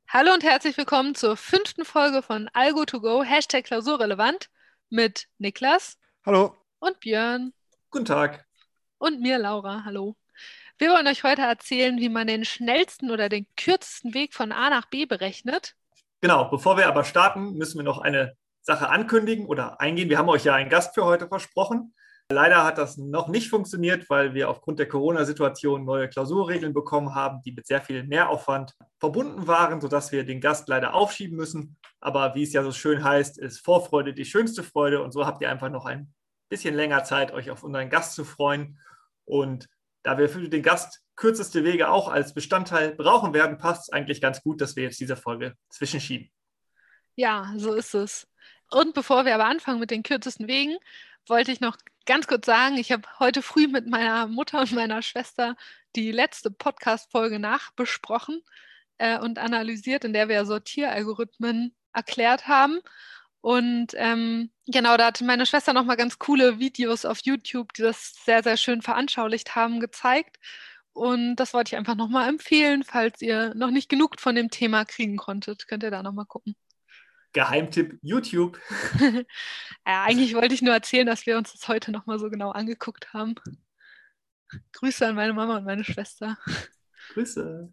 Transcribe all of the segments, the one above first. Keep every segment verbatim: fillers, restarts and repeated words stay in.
Hallo und herzlich willkommen zur fünften Folge von Algo to Go, Hashtag Klausurrelevant mit Niklas Hallo, und Björn guten Tag. und mir, Laura. Hallo. Wir wollen euch heute erzählen, wie man den schnellsten oder den kürzesten Weg von A nach B berechnet. Genau, bevor wir aber starten, müssen wir noch eine Sache ankündigen oder eingehen. Wir haben euch ja einen Gast für heute versprochen. Leider hat das noch nicht funktioniert, weil wir aufgrund der Corona-Situation neue Klausurregeln bekommen haben, die mit sehr viel Mehraufwand verbunden waren, sodass wir den Gast leider aufschieben müssen. Aber wie es ja so schön heißt, ist Vorfreude die schönste Freude. Und so habt ihr einfach noch ein bisschen länger Zeit, euch auf unseren Gast zu freuen. Und da wir für den Gast kürzeste Wege auch als Bestandteil brauchen werden, passt es eigentlich ganz gut, dass wir jetzt diese Folge zwischenschieben. Ja, so ist es. Und bevor wir aber anfangen mit den kürzesten Wegen, wollte ich noch ganz kurz sagen, ich habe heute früh mit meiner Mutter und meiner Schwester die letzte Podcast-Folge nachbesprochen äh, und analysiert, in der wir Sortieralgorithmen erklärt haben. Und ähm, genau, da hatte meine Schwester nochmal ganz coole Videos auf YouTube, die das sehr, sehr schön veranschaulicht haben, gezeigt. Und das wollte ich einfach nochmal empfehlen, falls ihr noch nicht genug von dem Thema kriegen konntet, könnt ihr da nochmal gucken. Geheimtipp YouTube. Ja, eigentlich wollte ich nur erzählen, dass wir uns das heute nochmal so genau angeguckt haben. Grüße an meine Mama und meine Schwester. Grüße.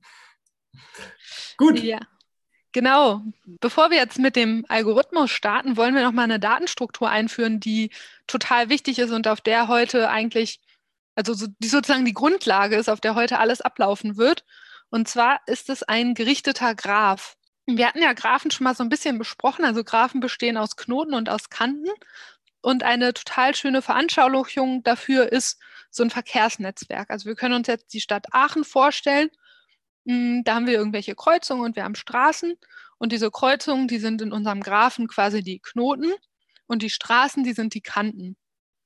Gut. Ja, genau. Bevor wir jetzt mit dem Algorithmus starten, wollen wir nochmal eine Datenstruktur einführen, die total wichtig ist und auf der heute eigentlich, also so, die sozusagen die Grundlage ist, auf der heute alles ablaufen wird. Und zwar ist es ein gerichteter Graph. Wir hatten ja Graphen schon mal so ein bisschen besprochen. Also Graphen bestehen aus Knoten und aus Kanten. Und eine total schöne Veranschaulichung dafür ist so ein Verkehrsnetzwerk. Also wir können uns jetzt die Stadt Aachen vorstellen. Da haben wir irgendwelche Kreuzungen und wir haben Straßen. Und diese Kreuzungen, die sind in unserem Graphen quasi die Knoten und die Straßen, die sind die Kanten.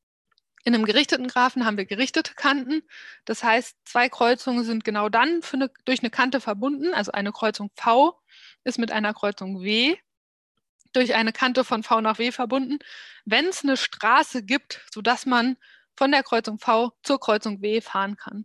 In einem gerichteten Graphen haben wir gerichtete Kanten. Das heißt, zwei Kreuzungen sind genau dann für eine, durch eine Kante verbunden. Also eine Kreuzung V ist mit einer Kreuzung W durch eine Kante von V nach W verbunden, wenn es eine Straße gibt, sodass man von der Kreuzung V zur Kreuzung W fahren kann.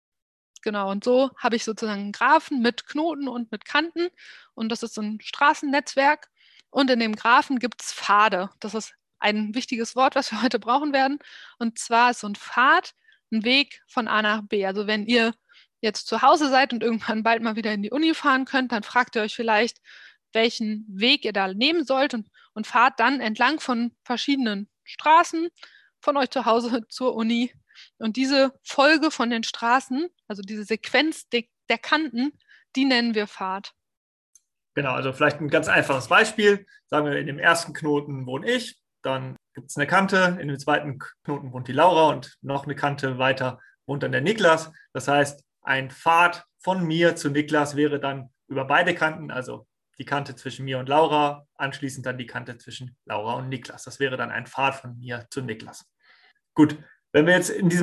Genau, und so habe ich sozusagen einen Graphen mit Knoten und mit Kanten. Und das ist so ein Straßennetzwerk. Und in dem Graphen gibt es Pfade. Das ist ein wichtiges Wort, was wir heute brauchen werden. Und zwar ist so ein Pfad ein Weg von A nach B. Also wenn ihr jetzt zu Hause seid und irgendwann bald mal wieder in die Uni fahren könnt, dann fragt ihr euch vielleicht, welchen Weg ihr da nehmen sollt und, und fahrt dann entlang von verschiedenen Straßen von euch zu Hause zur Uni. Und diese Folge von den Straßen, also diese Sequenz de, der Kanten, die nennen wir Pfad. Genau, also vielleicht ein ganz einfaches Beispiel. Sagen wir, in dem ersten Knoten wohne ich, dann gibt es eine Kante, in dem zweiten Knoten wohnt die Laura und noch eine Kante weiter wohnt dann der Niklas. Das heißt, ein Pfad von mir zu Niklas wäre dann über beide Kanten, also die Kante zwischen mir und Laura, anschließend dann die Kante zwischen Laura und Niklas. Das wäre dann ein Pfad von mir zu Niklas. Gut, wenn wir jetzt in diesem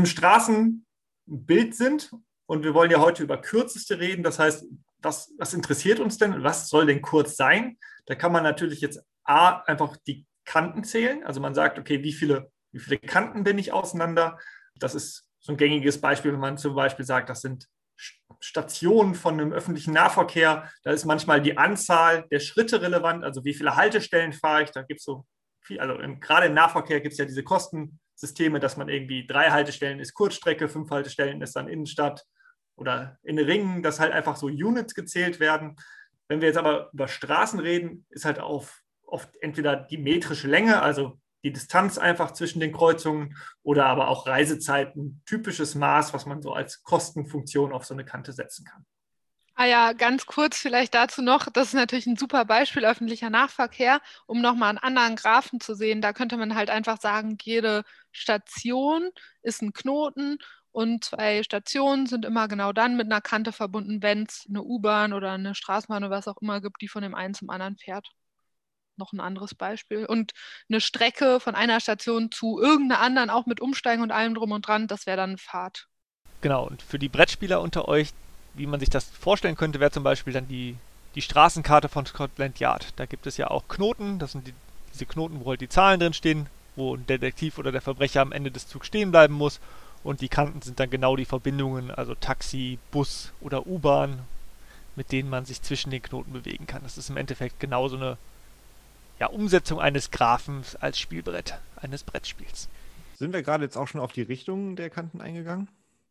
Straßenbild sind und wir wollen ja heute über kürzeste reden, das heißt, was, was interessiert uns denn? Was soll denn kurz sein? Da kann man natürlich jetzt A, einfach die Kanten zählen. Also man sagt, okay, wie viele, wie viele Kanten bin ich auseinander? Das ist so ein gängiges Beispiel, wenn man zum Beispiel sagt, das sind Stationen von einem öffentlichen Nahverkehr. Da ist manchmal die Anzahl der Schritte relevant, also wie viele Haltestellen fahre ich. Da gibt es so viel, also im, gerade im Nahverkehr gibt es ja diese Kostensysteme, dass man irgendwie drei Haltestellen ist Kurzstrecke, fünf Haltestellen ist dann Innenstadt oder in Ringen, dass halt einfach so Units gezählt werden. Wenn wir jetzt aber über Straßen reden, ist halt auf, oft entweder die metrische Länge, also die Distanz einfach zwischen den Kreuzungen oder aber auch Reisezeiten, typisches Maß, was man so als Kostenfunktion auf so eine Kante setzen kann. Ah ja, ganz kurz vielleicht dazu noch, das ist natürlich ein super Beispiel öffentlicher Nahverkehr, um nochmal einen anderen Graphen zu sehen. Da könnte man halt einfach sagen, jede Station ist ein Knoten und zwei Stationen sind immer genau dann mit einer Kante verbunden, wenn es eine U-Bahn oder eine Straßenbahn oder was auch immer gibt, die von dem einen zum anderen fährt. Noch ein anderes Beispiel. Und eine Strecke von einer Station zu irgendeiner anderen, auch mit Umsteigen und allem drum und dran, das wäre dann eine Fahrt. Genau, und für die Brettspieler unter euch, wie man sich das vorstellen könnte, wäre zum Beispiel dann die, die Straßenkarte von Scotland Yard. Da gibt es ja auch Knoten, das sind die, diese Knoten, wo halt die Zahlen drin stehen, wo ein Detektiv oder der Verbrecher am Ende des Zugs stehen bleiben muss. Und die Kanten sind dann genau die Verbindungen, also Taxi, Bus oder U-Bahn, mit denen man sich zwischen den Knoten bewegen kann. Das ist im Endeffekt genauso eine ja, Umsetzung eines Graphens als Spielbrett, eines Brettspiels. Sind wir gerade jetzt auch schon auf die Richtungen der Kanten eingegangen?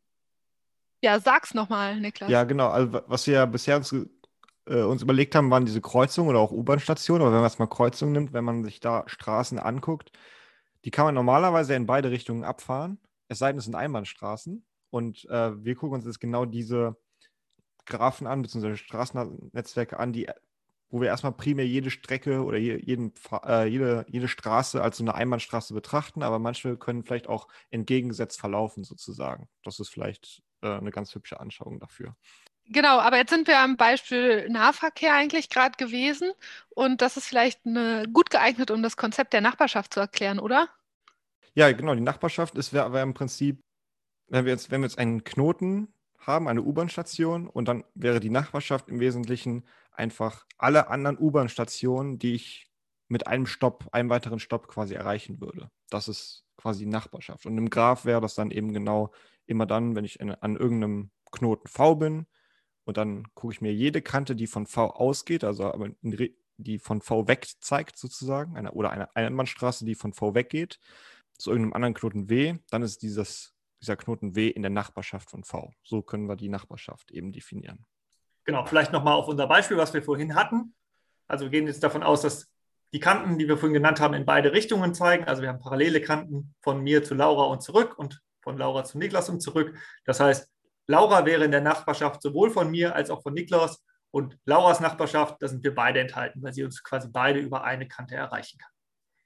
Ja, sag's nochmal, Niklas. Ja, genau. Also, wa- was wir ja bisher uns, ge- äh, uns überlegt haben, waren diese Kreuzungen oder auch U-Bahn-Stationen. Aber wenn man jetzt mal Kreuzungen nimmt, wenn man sich da Straßen anguckt, die kann man normalerweise in beide Richtungen abfahren. Es sei denn, es sind Einbahnstraßen. Und äh, wir gucken uns jetzt genau diese Graphen an, beziehungsweise Straßennetzwerke an, die, wo wir erstmal primär jede Strecke oder je, jeden, Pfa- äh, jede, jede Straße als so eine Einbahnstraße betrachten, aber manche können vielleicht auch entgegengesetzt verlaufen, sozusagen. Das ist vielleicht äh, eine ganz hübsche Anschauung dafür. Genau, aber jetzt sind wir am Beispiel Nahverkehr eigentlich gerade gewesen und das ist vielleicht eine, gut geeignet, um das Konzept der Nachbarschaft zu erklären, oder? Ja, genau, die Nachbarschaft ist wär, wär im Prinzip, wenn wir jetzt, wenn wir jetzt einen Knoten haben, eine U-Bahn-Station, und dann wäre die Nachbarschaft im Wesentlichen einfach alle anderen U-Bahn-Stationen, die ich mit einem Stopp, einem weiteren Stopp quasi erreichen würde. Das ist quasi die Nachbarschaft. Und im Graph wäre das dann eben genau immer dann, wenn ich in, an irgendeinem Knoten V bin, und dann gucke ich mir jede Kante, die von V ausgeht, also aber in Re- die von V weg zeigt sozusagen, eine, oder eine Einbahnstraße, die von V weggeht, zu irgendeinem anderen Knoten W, dann ist dieses, dieser Knoten W in der Nachbarschaft von V. So können wir die Nachbarschaft eben definieren. Genau, vielleicht nochmal auf unser Beispiel, was wir vorhin hatten. Also wir gehen jetzt davon aus, dass die Kanten, die wir vorhin genannt haben, in beide Richtungen zeigen. Also wir haben parallele Kanten von mir zu Laura und zurück und von Laura zu Niklas und zurück. Das heißt, Laura wäre in der Nachbarschaft sowohl von mir als auch von Niklas, und Lauras Nachbarschaft, da sind wir beide enthalten, weil sie uns quasi beide über eine Kante erreichen kann.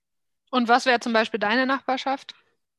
Und was wäre zum Beispiel deine Nachbarschaft?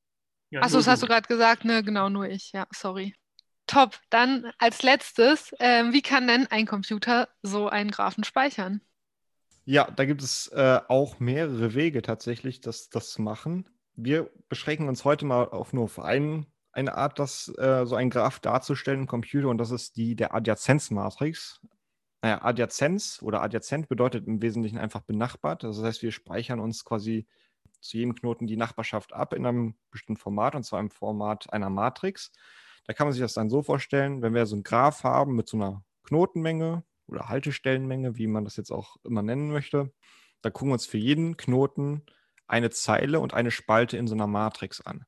Ja, Achso, nur das hast du du. gerade gesagt, ne? Genau, nur ich. Ja, sorry. Top. Dann als letztes, ähm, wie kann denn ein Computer so einen Graphen speichern? Ja, da gibt es äh, auch mehrere Wege tatsächlich, das, das zu machen. Wir beschränken uns heute mal auf nur auf einen, eine Art, das, äh, so ein Graph darzustellen im Computer, und das ist die der Adjazenzmatrix. Naja, Adjazenz oder adjazent bedeutet im Wesentlichen einfach benachbart. Das heißt, wir speichern uns quasi zu jedem Knoten die Nachbarschaft ab in einem bestimmten Format, und zwar im Format einer Matrix. Da kann man sich das dann so vorstellen, wenn wir so einen Graph haben mit so einer Knotenmenge oder Haltestellenmenge, wie man das jetzt auch immer nennen möchte, da gucken wir uns für jeden Knoten eine Zeile und eine Spalte in so einer Matrix an.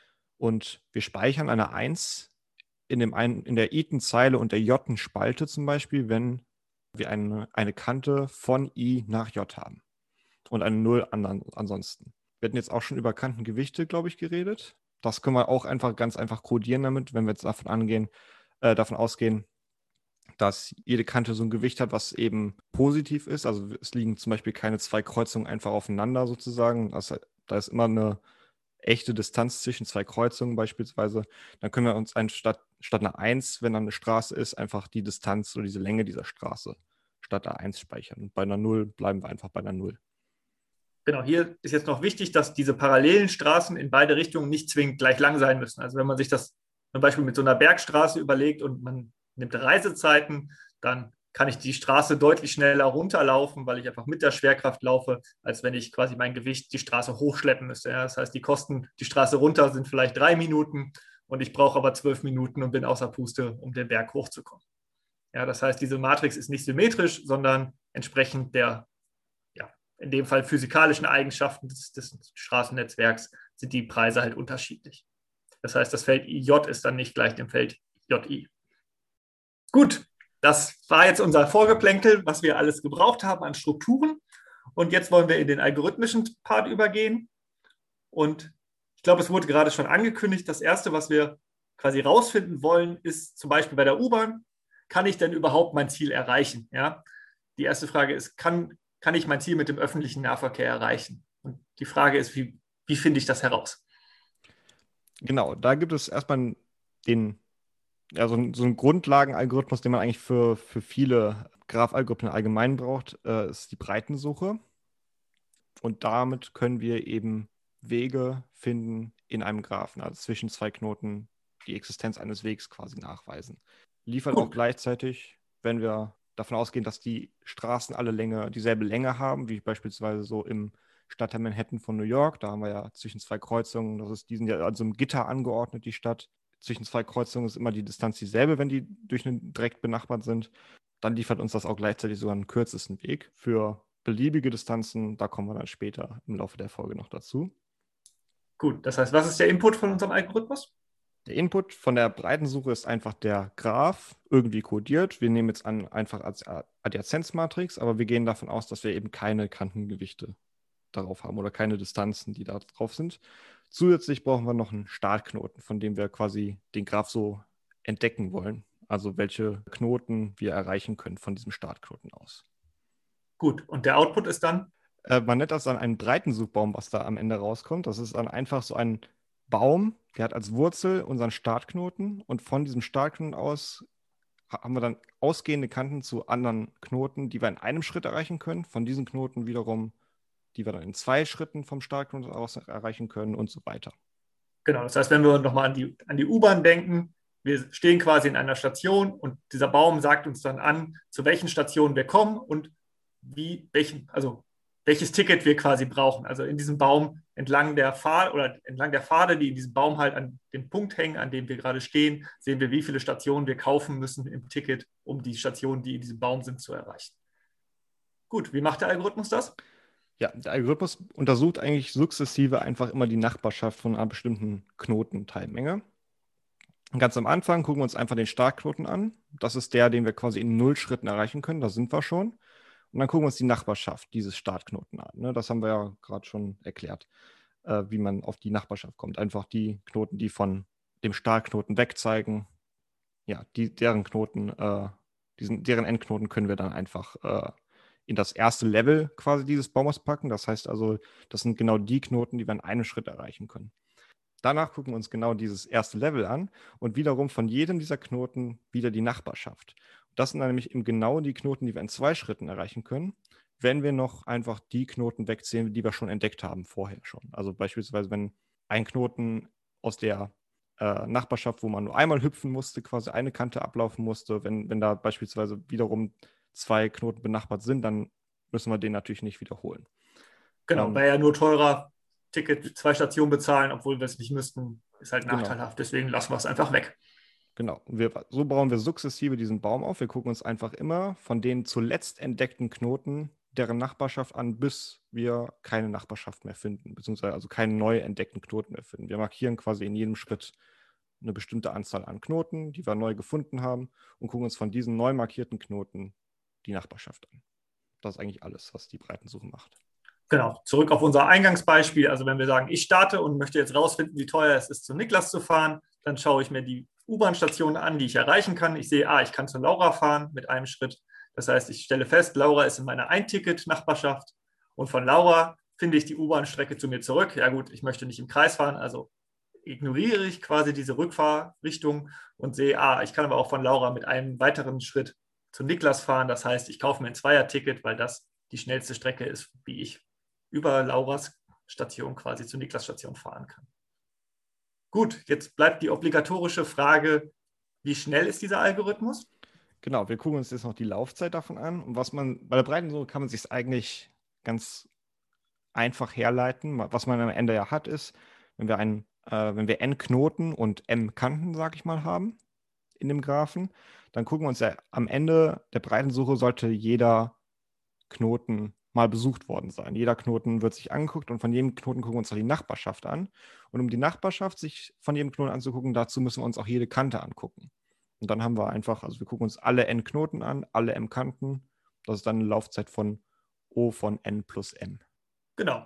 Und wir speichern eine eins in, dem einen, in der i-ten Zeile und der j-ten Spalte zum Beispiel, wenn wir eine, eine Kante von i nach j haben. Und eine null an, ansonsten. Wir hatten jetzt auch schon über Kantengewichte, glaube ich, geredet. Das können wir auch einfach ganz einfach codieren damit, wenn wir jetzt davon angehen, äh, davon ausgehen, dass jede Kante so ein Gewicht hat, was eben positiv ist. Also es liegen zum Beispiel keine zwei Kreuzungen einfach aufeinander sozusagen. Das, da ist immer eine echte Distanz zwischen zwei Kreuzungen beispielsweise. Dann können wir uns ein, statt, statt einer eins, wenn dann eine Straße ist, einfach die Distanz oder diese Länge dieser Straße statt einer eins speichern. Und bei einer null bleiben wir einfach bei einer null. Genau, hier ist jetzt noch wichtig, dass diese parallelen Straßen in beide Richtungen nicht zwingend gleich lang sein müssen. Also wenn man sich das zum Beispiel mit so einer Bergstraße überlegt und man nimmt Reisezeiten, dann kann ich die Straße deutlich schneller runterlaufen, weil ich einfach mit der Schwerkraft laufe, als wenn ich quasi mein Gewicht die Straße hochschleppen müsste. Ja, das heißt, die Kosten, die Straße runter sind vielleicht drei Minuten und ich brauche aber zwölf Minuten und bin außer Puste, um den Berg hochzukommen. Ja, das heißt, diese Matrix ist nicht symmetrisch, sondern entsprechend der, ja, in dem Fall physikalischen Eigenschaften des, des Straßennetzwerks sind die Preise halt unterschiedlich. Das heißt, das Feld I J ist dann nicht gleich dem Feld J I. Gut, das war jetzt unser Vorgeplänkel, was wir alles gebraucht haben an Strukturen. Und jetzt wollen wir in den algorithmischen Part übergehen. Und ich glaube, es wurde gerade schon angekündigt, das Erste, was wir quasi rausfinden wollen, ist zum Beispiel bei der U-Bahn, kann ich denn überhaupt mein Ziel erreichen? Ja? Die erste Frage ist, kann, kann ich mein Ziel mit dem öffentlichen Nahverkehr erreichen? Und die Frage ist, wie, wie finde ich das heraus? Genau, da gibt es erstmal den, ja, so, einen- so einen Grundlagenalgorithmus, den man eigentlich für, für viele Graph-Algorithmen allgemein braucht, äh, ist die Breitensuche. Und damit können wir eben Wege finden in einem Graphen, also zwischen zwei Knoten die Existenz eines Wegs quasi nachweisen. Liefert auch Gut. gleichzeitig, wenn wir davon ausgehen, dass die Straßen alle Länge, dieselbe Länge haben, wie beispielsweise so im Stadtteil Manhattan von New York. Da haben wir ja zwischen zwei Kreuzungen, das ist, die sind ja also im Gitter angeordnet, die Stadt. Zwischen zwei Kreuzungen ist immer die Distanz dieselbe, wenn die durch einen direkt benachbart sind. dann liefert uns das auch gleichzeitig sogar einen kürzesten Weg für beliebige Distanzen. Da kommen wir dann später im Laufe der Folge noch dazu. Gut, das heißt, was ist der Input von unserem Algorithmus? Der Input von der Breitensuche ist einfach der Graph, irgendwie kodiert. Wir nehmen jetzt an einfach als Adjazenzmatrix, aber wir gehen davon aus, dass wir eben keine Kantengewichte darauf haben oder keine Distanzen, die da drauf sind. Zusätzlich brauchen wir noch einen Startknoten, von dem wir quasi den Graph so entdecken wollen. Also welche Knoten wir erreichen können von diesem Startknoten aus. Gut, und der Output ist dann? Äh, man nennt das dann einen Breitensuchbaum, was da am Ende rauskommt. Das ist dann einfach so ein Baum, der hat als Wurzel unseren Startknoten und von diesem Startknoten aus haben wir dann ausgehende Kanten zu anderen Knoten, die wir in einem Schritt erreichen können. Von diesen Knoten wiederum, die wir dann in zwei Schritten vom Startknoten aus erreichen können und so weiter. Genau, das heißt, wenn wir nochmal an die, an die U-Bahn denken, wir stehen quasi in einer Station und dieser Baum sagt uns dann an, zu welchen Stationen wir kommen und wie, welchen, also welches Ticket wir quasi brauchen. Also in diesem Baum entlang der Pfade oder entlang der Pfade, die in diesem Baum halt an dem Punkt hängen, an dem wir gerade stehen, sehen wir, wie viele Stationen wir kaufen müssen im Ticket, um die Stationen, die in diesem Baum sind, zu erreichen. Gut, wie macht der Algorithmus das? Ja, der Algorithmus untersucht eigentlich sukzessive einfach immer die Nachbarschaft von einer bestimmten Knotenteilmenge. Ganz am Anfang gucken wir uns einfach den Startknoten an. Das ist der, den wir quasi in null Schritten erreichen können. Da sind wir schon. Und dann gucken wir uns die Nachbarschaft dieses Startknoten an. Ne? Das haben wir ja gerade schon erklärt, äh, wie man auf die Nachbarschaft kommt. Einfach die Knoten, die von dem Startknoten wegzeigen. Ja, die, deren Knoten, äh, diesen, deren Endknoten können wir dann einfach äh, in das erste Level quasi dieses Baumes packen. Das heißt also, das sind genau die Knoten, die wir in einem Schritt erreichen können. Danach gucken wir uns genau dieses erste Level an und wiederum von jedem dieser Knoten wieder die Nachbarschaft. Das sind dann nämlich eben genau die Knoten, die wir in zwei Schritten erreichen können, wenn wir noch einfach die Knoten wegzählen, die wir schon entdeckt haben vorher schon. Also beispielsweise, wenn ein Knoten aus der äh, Nachbarschaft, wo man nur einmal hüpfen musste, quasi eine Kante ablaufen musste, wenn, wenn da beispielsweise wiederum zwei Knoten benachbart sind, dann müssen wir den natürlich nicht wiederholen. Genau, Ähm, wäre ja nur teurer, Ticket zwei Stationen bezahlen, obwohl wir es nicht müssten, ist halt Genau. nachteilhaft. Deswegen lassen wir es einfach weg. Genau. Und wir, so bauen wir sukzessive diesen Baum auf. Wir gucken uns einfach immer von den zuletzt entdeckten Knoten deren Nachbarschaft an, bis wir keine Nachbarschaft mehr finden, beziehungsweise also keine neu entdeckten Knoten mehr finden. Wir markieren quasi in jedem Schritt eine bestimmte Anzahl an Knoten, die wir neu gefunden haben, und gucken uns von diesen neu markierten Knoten die Nachbarschaft an. Das ist eigentlich alles, was die Breitensuche macht. Genau, zurück auf unser Eingangsbeispiel. Also wenn wir sagen, ich starte und möchte jetzt rausfinden, wie teuer es ist, zu Niklas zu fahren, dann schaue ich mir die U-Bahn-Stationen an, die ich erreichen kann. Ich sehe, ah, ich kann zu Laura fahren mit einem Schritt. Das heißt, ich stelle fest, Laura ist in meiner Ein-Ticket-Nachbarschaft und von Laura finde ich die U-Bahn-Strecke zu mir zurück. Ja gut, ich möchte nicht im Kreis fahren, also ignoriere ich quasi diese Rückfahrrichtung und sehe, ah, ich kann aber auch von Laura mit einem weiteren Schritt zu Niklas fahren. Das heißt, ich kaufe mir ein Zweier-Ticket, weil das die schnellste Strecke ist, wie ich über Lauras Station quasi zur Niklas Station fahren kann. Gut, jetzt bleibt die obligatorische Frage, wie schnell ist dieser Algorithmus? Genau, wir gucken uns jetzt noch die Laufzeit davon an. Und was man, bei der Breitensuche kann man sich es eigentlich ganz einfach herleiten. Was man am Ende ja hat, ist, wenn wir, ein, äh, wenn wir n Knoten und m Kanten, sag ich mal, haben in dem Graphen, dann gucken wir uns ja am Ende der Breitensuche sollte jeder Knoten mal besucht worden sein. Jeder Knoten wird sich angeguckt und von jedem Knoten gucken wir uns dann die Nachbarschaft an. Und um die Nachbarschaft sich von jedem Knoten anzugucken, dazu müssen wir uns auch jede Kante angucken. Und dann haben wir einfach, also wir gucken uns alle n Knoten an, alle m Kanten. Das ist dann eine Laufzeit von O von n plus m. Genau.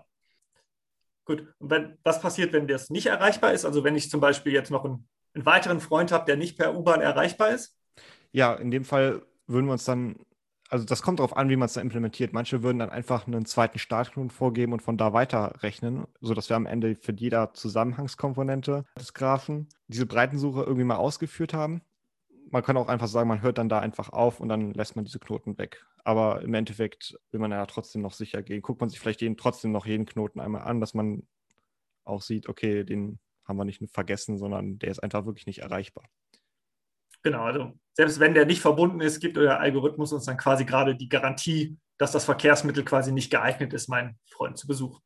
Gut, und wenn, was passiert, wenn das nicht erreichbar ist? Also wenn ich zum Beispiel jetzt noch einen, einen weiteren Freund habe, der nicht per U-Bahn erreichbar ist? Ja, in dem Fall würden wir uns dann, also das kommt darauf an, wie man es da implementiert. Manche würden dann einfach einen zweiten Startknoten vorgeben und von da weiterrechnen, sodass wir am Ende für jeder Zusammenhangskomponente des Graphen diese Breitensuche irgendwie mal ausgeführt haben. Man kann auch einfach sagen, man hört dann da einfach auf und dann lässt man diese Knoten weg. Aber im Endeffekt will man ja trotzdem noch sicher gehen. Guckt man sich vielleicht jeden, trotzdem noch jeden Knoten einmal an, dass man auch sieht, okay, den haben wir nicht vergessen, sondern der ist einfach wirklich nicht erreichbar. Genau, also selbst wenn der nicht verbunden ist, gibt euer Algorithmus uns dann quasi gerade die Garantie, dass das Verkehrsmittel quasi nicht geeignet ist, meinen Freund zu besuchen.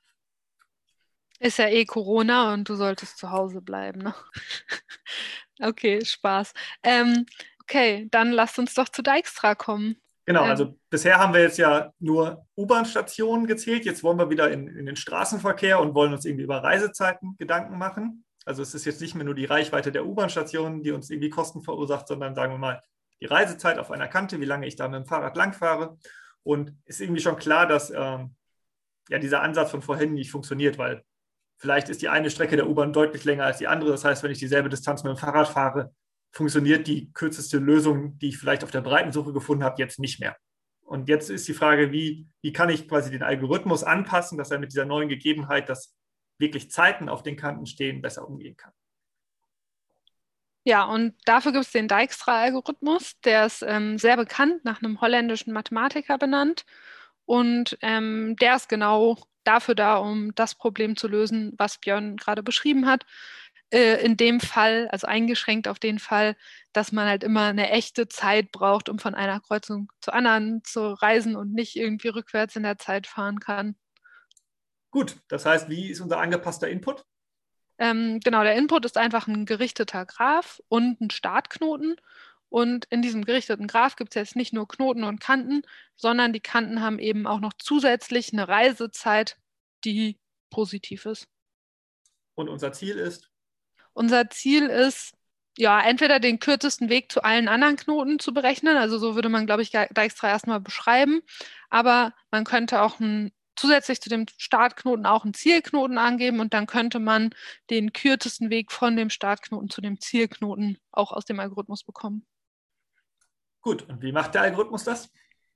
Ist ja eh Corona und du solltest zu Hause bleiben, ne? Okay, Spaß. Ähm, Okay, dann lasst uns doch zu Dijkstra kommen. Genau, Ähm, also bisher haben wir jetzt ja nur U-Bahn-Stationen gezählt. Jetzt wollen wir wieder in, in den Straßenverkehr und wollen uns irgendwie über Reisezeiten Gedanken machen. Also es ist jetzt nicht mehr nur die Reichweite der U-Bahn-Stationen, die uns irgendwie Kosten verursacht, sondern sagen wir mal die Reisezeit auf einer Kante, wie lange ich da mit dem Fahrrad langfahre. Und ist irgendwie schon klar, dass ähm, ja dieser Ansatz von vorhin nicht funktioniert, weil vielleicht ist die eine Strecke der U-Bahn deutlich länger als die andere. Das heißt, wenn ich dieselbe Distanz mit dem Fahrrad fahre, funktioniert die kürzeste Lösung, die ich vielleicht auf der Breitensuche gefunden habe, jetzt nicht mehr. Und jetzt ist die Frage, wie, wie kann ich quasi den Algorithmus anpassen, dass er mit dieser neuen Gegebenheit, dass wirklich Zeiten auf den Kanten stehen, besser umgehen kann. Ja, und dafür gibt es den Dijkstra-Algorithmus. Der ist ähm, sehr bekannt, nach einem holländischen Mathematiker benannt. Und ähm, der ist genau dafür da, um das Problem zu lösen, was Björn gerade beschrieben hat. Äh, in dem Fall, also eingeschränkt auf den Fall, dass man halt immer eine echte Zeit braucht, um von einer Kreuzung zur anderen zu reisen und nicht irgendwie rückwärts in der Zeit fahren kann. Gut, das heißt, wie ist unser angepasster Input? Ähm, genau, der Input ist einfach ein gerichteter Graph und ein Startknoten. Und in diesem gerichteten Graph gibt es jetzt nicht nur Knoten und Kanten, sondern die Kanten haben eben auch noch zusätzlich eine Reisezeit, die positiv ist. Und unser Ziel ist? Unser Ziel ist, ja, entweder den kürzesten Weg zu allen anderen Knoten zu berechnen, also so würde man, glaube ich, Dijkstra erstmal beschreiben, aber man könnte auch ein, zusätzlich zu dem Startknoten auch einen Zielknoten angeben und dann könnte man den kürzesten Weg von dem Startknoten zu dem Zielknoten auch aus dem Algorithmus bekommen. Gut, und wie macht der Algorithmus das?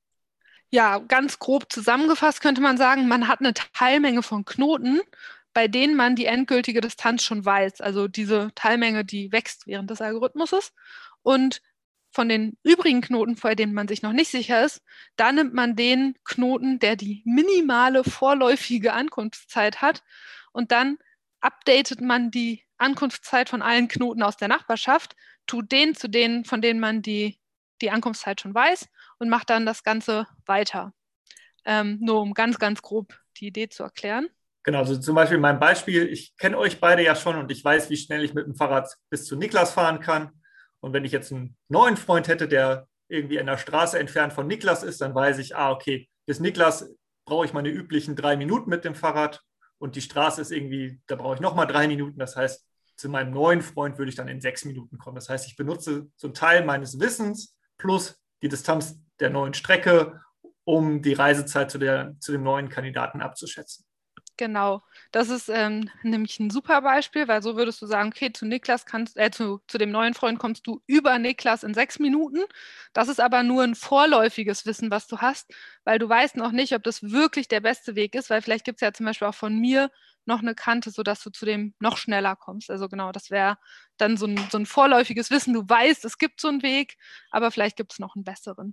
Ja, ganz grob zusammengefasst könnte man sagen, man hat eine Teilmenge von Knoten, bei denen man die endgültige Distanz schon weiß. Also diese Teilmenge, die wächst während des Algorithmuses. Und von den übrigen Knoten, bei denen man sich noch nicht sicher ist, da nimmt man den Knoten, der die minimale vorläufige Ankunftszeit hat. Und dann updatet man die Ankunftszeit von allen Knoten aus der Nachbarschaft, tut den zu denen, von denen man die, die Ankunftszeit schon weiß und macht dann das Ganze weiter. Ähm, nur um ganz, ganz grob die Idee zu erklären. Genau, also zum Beispiel mein Beispiel, ich kenne euch beide ja schon und ich weiß, wie schnell ich mit dem Fahrrad bis zu Niklas fahren kann. Und wenn ich jetzt einen neuen Freund hätte, der irgendwie in der Straße entfernt von Niklas ist, dann weiß ich, ah, okay, bis Niklas brauche ich meine üblichen drei Minuten mit dem Fahrrad und die Straße ist irgendwie, da brauche ich nochmal drei Minuten. Das heißt, zu meinem neuen Freund würde ich dann in sechs Minuten kommen. Das heißt, ich benutze so einen Teil meines Wissens plus die Distanz der neuen Strecke, um die Reisezeit zu, der, zu dem neuen Kandidaten abzuschätzen. Genau, das ist ähm, nämlich ein super Beispiel, weil so würdest du sagen, okay, zu Niklas kannst, äh, zu, zu dem neuen Freund kommst du über Niklas in sechs Minuten. Das ist aber nur ein vorläufiges Wissen, was du hast, weil du weißt noch nicht, ob das wirklich der beste Weg ist, weil vielleicht gibt es ja zum Beispiel auch von mir noch eine Kante, sodass du zu dem noch schneller kommst. Also genau, das wäre dann so ein, so ein vorläufiges Wissen. Du weißt, es gibt so einen Weg, aber vielleicht gibt es noch einen besseren.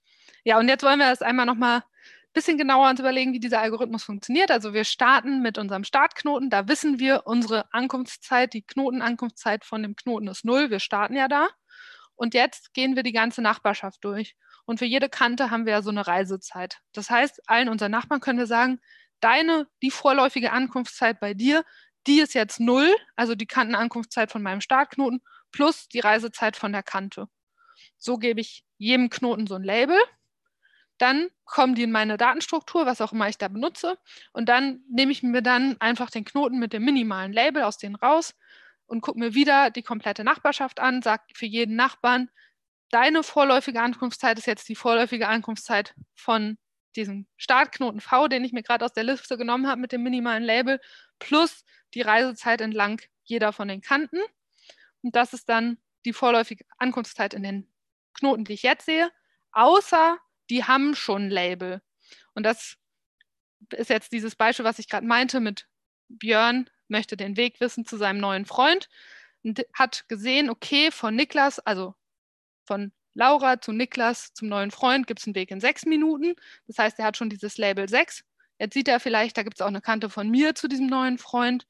Ja, und jetzt wollen wir das einmal nochmal bisschen genauer uns überlegen, wie dieser Algorithmus funktioniert. Also wir starten mit unserem Startknoten. Da wissen wir, unsere Ankunftszeit, die Knotenankunftszeit von dem Knoten ist null. Wir starten ja da. Und jetzt gehen wir die ganze Nachbarschaft durch. Und für jede Kante haben wir ja so eine Reisezeit. Das heißt, allen unseren Nachbarn können wir sagen, deine, die vorläufige Ankunftszeit bei dir, die ist jetzt null, also die Kantenankunftszeit von meinem Startknoten, plus die Reisezeit von der Kante. So gebe ich jedem Knoten so ein Label. Dann kommen die in meine Datenstruktur, was auch immer ich da benutze. Und dann nehme ich mir dann einfach den Knoten mit dem minimalen Label aus denen raus und gucke mir wieder die komplette Nachbarschaft an, sage für jeden Nachbarn, deine vorläufige Ankunftszeit ist jetzt die vorläufige Ankunftszeit von diesem Startknoten V, den ich mir gerade aus der Liste genommen habe mit dem minimalen Label, plus die Reisezeit entlang jeder von den Kanten. Und das ist dann die vorläufige Ankunftszeit in den Knoten, die ich jetzt sehe, außer die haben schon ein Label. Und das ist jetzt dieses Beispiel, was ich gerade meinte mit Björn möchte den Weg wissen zu seinem neuen Freund und hat gesehen, okay, von Niklas, also von Laura zu Niklas zum neuen Freund gibt es einen Weg in sechs Minuten. Das heißt, er hat schon dieses Label sechs. Jetzt sieht er vielleicht, da gibt es auch eine Kante von mir zu diesem neuen Freund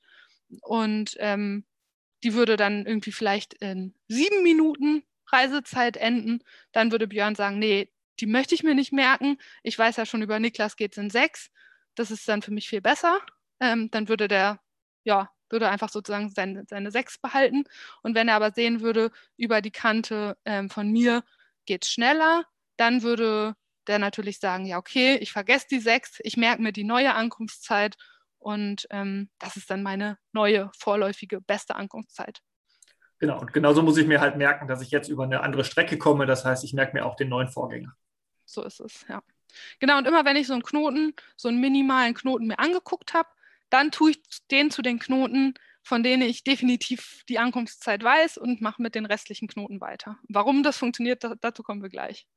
und ähm, die würde dann irgendwie vielleicht in sieben Minuten Reisezeit enden. Dann würde Björn sagen, nee, die möchte ich mir nicht merken. Ich weiß ja schon, über Niklas geht es in sechs. Das ist dann für mich viel besser. Ähm, dann würde der ja würde einfach sozusagen seine, seine sechs behalten. Und wenn er aber sehen würde, über die Kante ähm, von mir geht es schneller, dann würde der natürlich sagen, ja okay, ich vergesse die sechs, ich merke mir die neue Ankunftszeit und ähm, das ist dann meine neue vorläufige beste Ankunftszeit. Genau, und genauso muss ich mir halt merken, dass ich jetzt über eine andere Strecke komme. Das heißt, ich merke mir auch den neuen Vorgänger. So ist es, ja. Genau, und immer wenn ich so einen Knoten, so einen minimalen Knoten mir angeguckt habe, dann tue ich den zu den Knoten, von denen ich definitiv die Ankunftszeit weiß und mache mit den restlichen Knoten weiter. Warum das funktioniert, dazu kommen wir gleich.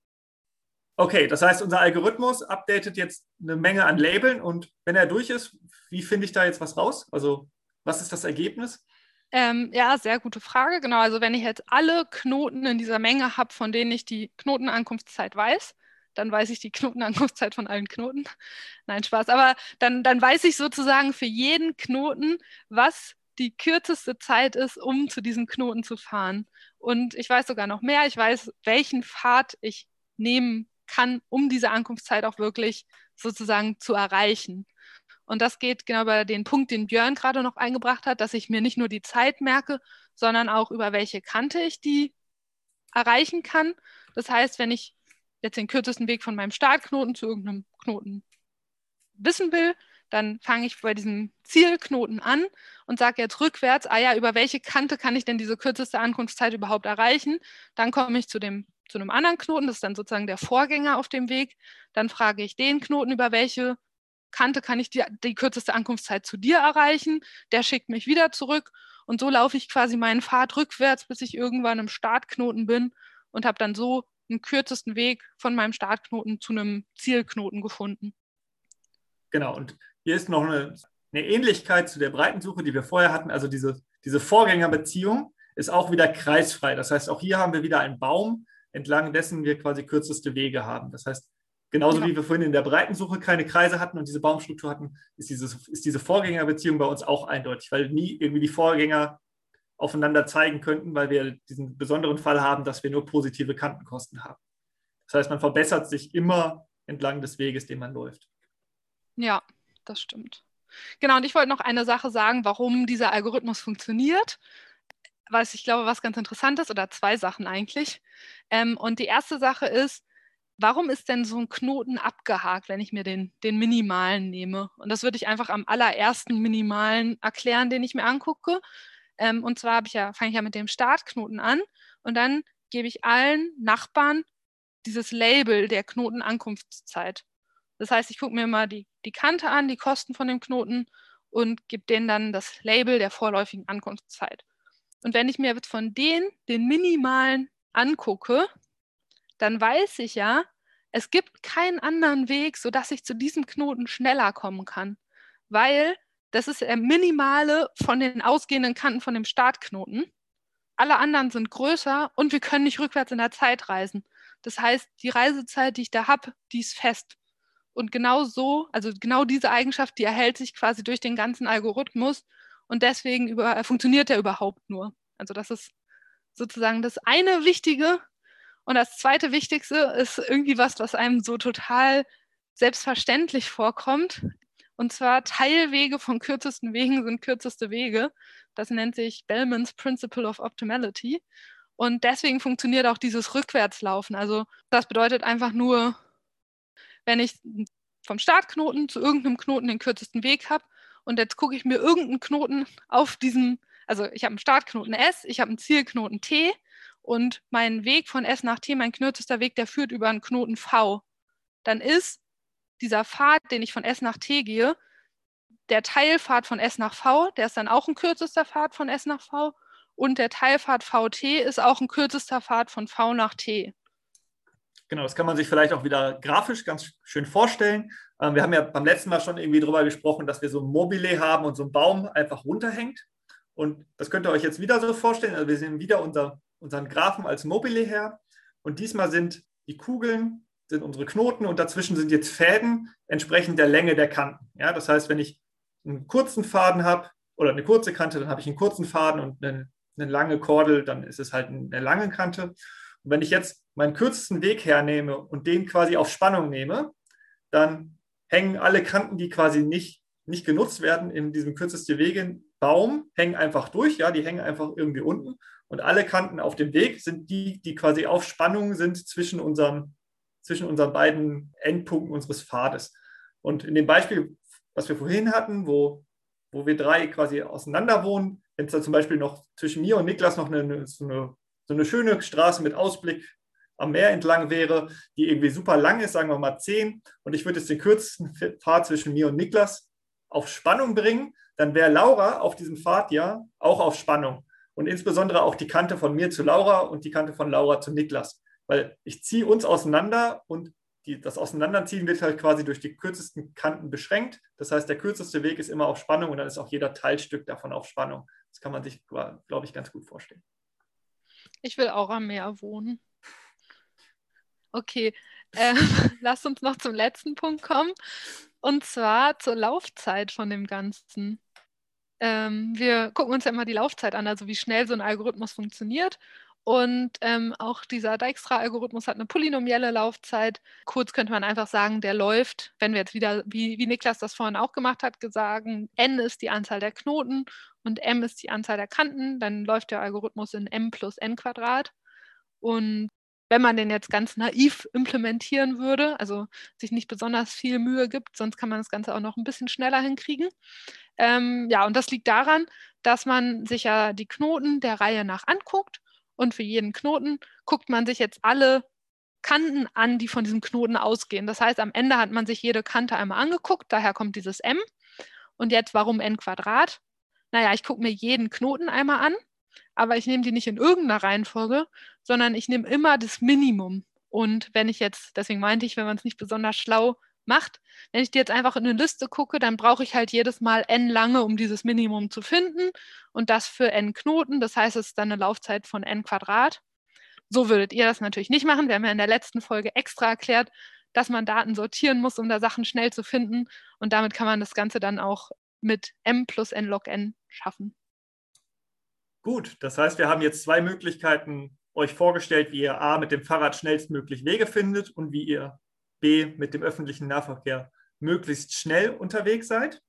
Okay, das heißt, unser Algorithmus updatet jetzt eine Menge an Labeln und wenn er durch ist, wie finde ich da jetzt was raus? Also was ist das Ergebnis? Ähm, ja, sehr gute Frage. Genau, also wenn ich jetzt alle Knoten in dieser Menge habe, von denen ich die Knotenankunftszeit weiß, dann weiß ich die Knotenankunftszeit von allen Knoten. Nein, Spaß. Aber dann, dann weiß ich sozusagen für jeden Knoten, was die kürzeste Zeit ist, um zu diesem Knoten zu fahren. Und ich weiß sogar noch mehr. Ich weiß, welchen Pfad ich nehmen kann, um diese Ankunftszeit auch wirklich sozusagen zu erreichen. Und das geht genau über den Punkt, den Björn gerade noch eingebracht hat, dass ich mir nicht nur die Zeit merke, sondern auch über welche Kante ich die erreichen kann. Das heißt, wenn ich jetzt den kürzesten Weg von meinem Startknoten zu irgendeinem Knoten wissen will, dann fange ich bei diesem Zielknoten an und sage jetzt rückwärts, ah ja, über welche Kante kann ich denn diese kürzeste Ankunftszeit überhaupt erreichen? Dann komme ich zu dem zu einem anderen Knoten, das ist dann sozusagen der Vorgänger auf dem Weg. Dann frage ich den Knoten, über welche Kante kann ich die, die kürzeste Ankunftszeit zu dir erreichen. Der schickt mich wieder zurück und so laufe ich quasi meinen Pfad rückwärts, bis ich irgendwann im Startknoten bin und habe dann so einen kürzesten Weg von meinem Startknoten zu einem Zielknoten gefunden. Genau, und hier ist noch eine, eine Ähnlichkeit zu der Breitensuche, die wir vorher hatten. Also diese, diese Vorgängerbeziehung ist auch wieder kreisfrei. Das heißt, auch hier haben wir wieder einen Baum, entlang dessen wir quasi kürzeste Wege haben. Das heißt, genauso ja. wie wir vorhin in der Breitensuche keine Kreise hatten und diese Baumstruktur hatten, ist, dieses, ist diese Vorgängerbeziehung bei uns auch eindeutig, weil nie irgendwie die Vorgänger aufeinander zeigen könnten, weil wir diesen besonderen Fall haben, dass wir nur positive Kantenkosten haben. Das heißt, man verbessert sich immer entlang des Weges, den man läuft. Ja, das stimmt. Genau, und ich wollte noch eine Sache sagen, warum dieser Algorithmus funktioniert. Was ich glaube, was ganz interessant ist, oder zwei Sachen eigentlich. Ähm, und die erste Sache ist, warum ist denn so ein Knoten abgehakt, wenn ich mir den, den minimalen nehme? Und das würde ich einfach am allerersten minimalen erklären, den ich mir angucke. Ähm, und zwar ich ja, fange ich ja mit dem Startknoten an und dann gebe ich allen Nachbarn dieses Label der Knotenankunftszeit. Das heißt, ich gucke mir mal die, die Kante an, die Kosten von dem Knoten und gebe denen dann das Label der vorläufigen Ankunftszeit. Und wenn ich mir jetzt von denen den minimalen angucke, dann weiß ich ja, es gibt keinen anderen Weg, sodass ich zu diesem Knoten schneller kommen kann, weil das ist der minimale von den ausgehenden Kanten von dem Startknoten. Alle anderen sind größer und wir können nicht rückwärts in der Zeit reisen. Das heißt, die Reisezeit, die ich da habe, die ist fest. Und genau so, also genau diese Eigenschaft, die erhält sich quasi durch den ganzen Algorithmus und deswegen über, funktioniert er überhaupt nur. Also das ist sozusagen das eine Wichtige. Und das zweite Wichtigste ist irgendwie was, was einem so total selbstverständlich vorkommt. Und zwar Teilwege von kürzesten Wegen sind kürzeste Wege. Das nennt sich Bellman's Principle of Optimality. Und deswegen funktioniert auch dieses Rückwärtslaufen. Also das bedeutet einfach nur, wenn ich vom Startknoten zu irgendeinem Knoten den kürzesten Weg habe und jetzt gucke ich mir irgendeinen Knoten auf diesem, also ich habe einen Startknoten S, ich habe einen Zielknoten T und mein Weg von S nach T, mein kürzester Weg, der führt über einen Knoten V. Dann ist dieser Pfad, den ich von S nach T gehe, der Teilpfad von S nach V, der ist dann auch ein kürzester Pfad von S nach V und der Teilpfad V T ist auch ein kürzester Pfad von V nach T. Genau, das kann man sich vielleicht auch wieder grafisch ganz schön vorstellen. Ähm, wir haben ja beim letzten Mal schon irgendwie darüber gesprochen, dass wir so ein Mobile haben und so ein Baum einfach runterhängt. Und das könnt ihr euch jetzt wieder so vorstellen. Also wir sehen wieder unser, unseren Graphen als Mobile her. Und diesmal sind die Kugeln, sind unsere Knoten und dazwischen sind jetzt Fäden entsprechend der Länge der Kanten. Ja, das heißt, wenn ich einen kurzen Faden habe oder eine kurze Kante, dann habe ich einen kurzen Faden und eine, eine lange Kordel, dann ist es halt eine lange Kante. Und wenn ich jetzt meinen kürzesten Weg hernehme und den quasi auf Spannung nehme, dann hängen alle Kanten, die quasi nicht, nicht genutzt werden, in diesem kürzesten Wege, Baum hängen einfach durch, ja, die hängen einfach irgendwie unten. Und alle Kanten auf dem Weg sind die, die quasi auf Spannung sind zwischen, unserem, zwischen unseren beiden Endpunkten unseres Pfades. Und in dem Beispiel, was wir vorhin hatten, wo, wo wir drei quasi auseinander wohnen, wenn es da zum Beispiel noch zwischen mir und Niklas noch eine, so, eine, so eine schöne Straße mit Ausblick am Meer entlang wäre, die irgendwie super lang ist, sagen wir mal zehn, und ich würde jetzt den kürzesten Pfad zwischen mir und Niklas auf Spannung bringen, dann wäre Laura auf diesem Pfad ja auch auf Spannung. Und insbesondere auch die Kante von mir zu Laura und die Kante von Laura zu Niklas. Weil ich ziehe uns auseinander und die, das Auseinanderziehen wird halt quasi durch die kürzesten Kanten beschränkt. Das heißt, der kürzeste Weg ist immer auf Spannung und dann ist auch jeder Teilstück davon auf Spannung. Das kann man sich, glaube ich, ganz gut vorstellen. Ich will auch am Meer wohnen. Okay, äh, lass uns noch zum letzten Punkt kommen. Und zwar zur Laufzeit von dem Ganzen. Ähm, wir gucken uns ja immer die Laufzeit an, also wie schnell so ein Algorithmus funktioniert. Und ähm, auch dieser Dijkstra-Algorithmus hat eine polynomielle Laufzeit. Kurz könnte man einfach sagen, der läuft, wenn wir jetzt wieder, wie, wie Niklas das vorhin auch gemacht hat, gesagt, n ist die Anzahl der Knoten und m ist die Anzahl der Kanten, dann läuft der Algorithmus in m plus n Quadrat. Und wenn man den jetzt ganz naiv implementieren würde, also sich nicht besonders viel Mühe gibt, sonst kann man das Ganze auch noch ein bisschen schneller hinkriegen. Ähm, ja, und das liegt daran, dass man sich ja die Knoten der Reihe nach anguckt und für jeden Knoten guckt man sich jetzt alle Kanten an, die von diesem Knoten ausgehen. Das heißt, am Ende hat man sich jede Kante einmal angeguckt, daher kommt dieses m. Und jetzt, warum n Quadrat? Naja, ich gucke mir jeden Knoten einmal an, aber ich nehme die nicht in irgendeiner Reihenfolge, sondern ich nehme immer das Minimum. Und wenn ich jetzt, deswegen meinte ich, wenn man es nicht besonders schlau macht, wenn ich die jetzt einfach in eine Liste gucke, dann brauche ich halt jedes Mal n lange, um dieses Minimum zu finden und das für n Knoten. Das heißt, es ist dann eine Laufzeit von n Quadrat. So würdet ihr das natürlich nicht machen. Wir haben ja in der letzten Folge extra erklärt, dass man Daten sortieren muss, um da Sachen schnell zu finden. Und damit kann man das Ganze dann auch mit m plus n log n schaffen. Gut, das heißt, wir haben jetzt zwei Möglichkeiten euch vorgestellt, wie ihr A mit dem Fahrrad schnellstmöglich Wege findet und wie ihr B mit dem öffentlichen Nahverkehr möglichst schnell unterwegs seid.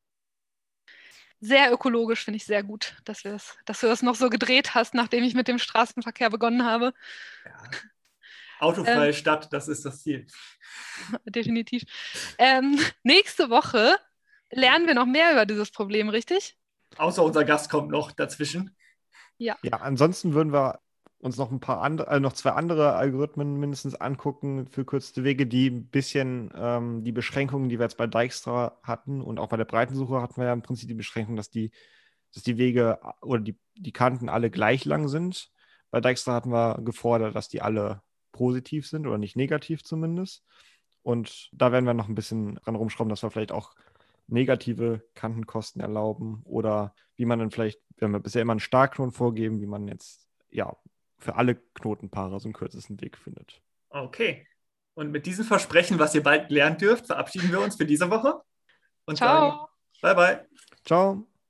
Sehr ökologisch, finde ich sehr gut, dass, wir das, dass du das noch so gedreht hast, nachdem ich mit dem Straßenverkehr begonnen habe. Ja. Autofreie ähm, Stadt, das ist das Ziel. Definitiv. Ähm, nächste Woche lernen wir noch mehr über dieses Problem, richtig? Außer unser Gast kommt noch dazwischen. Ja. Ja, ansonsten würden wir uns noch ein paar andere, äh, noch zwei andere Algorithmen mindestens angucken für kürzeste Wege, die ein bisschen ähm, die Beschränkungen, die wir jetzt bei Dijkstra hatten und auch bei der Breitensuche hatten wir ja im Prinzip die Beschränkung, dass die, dass die Wege oder die, die Kanten alle gleich lang sind. Bei Dijkstra hatten wir gefordert, dass die alle positiv sind oder nicht negativ zumindest. Und da werden wir noch ein bisschen dran rumschrauben, dass wir vielleicht auch negative Kantenkosten erlauben oder wie man dann vielleicht, wir haben ja bisher immer einen Starkknoten vorgeben, wie man jetzt ja für alle Knotenpaare so einen kürzesten Weg findet. Okay. Und mit diesem Versprechen, was ihr bald lernen dürft, verabschieden wir uns für diese Woche. Und Ciao. sagen bye bye. Ciao.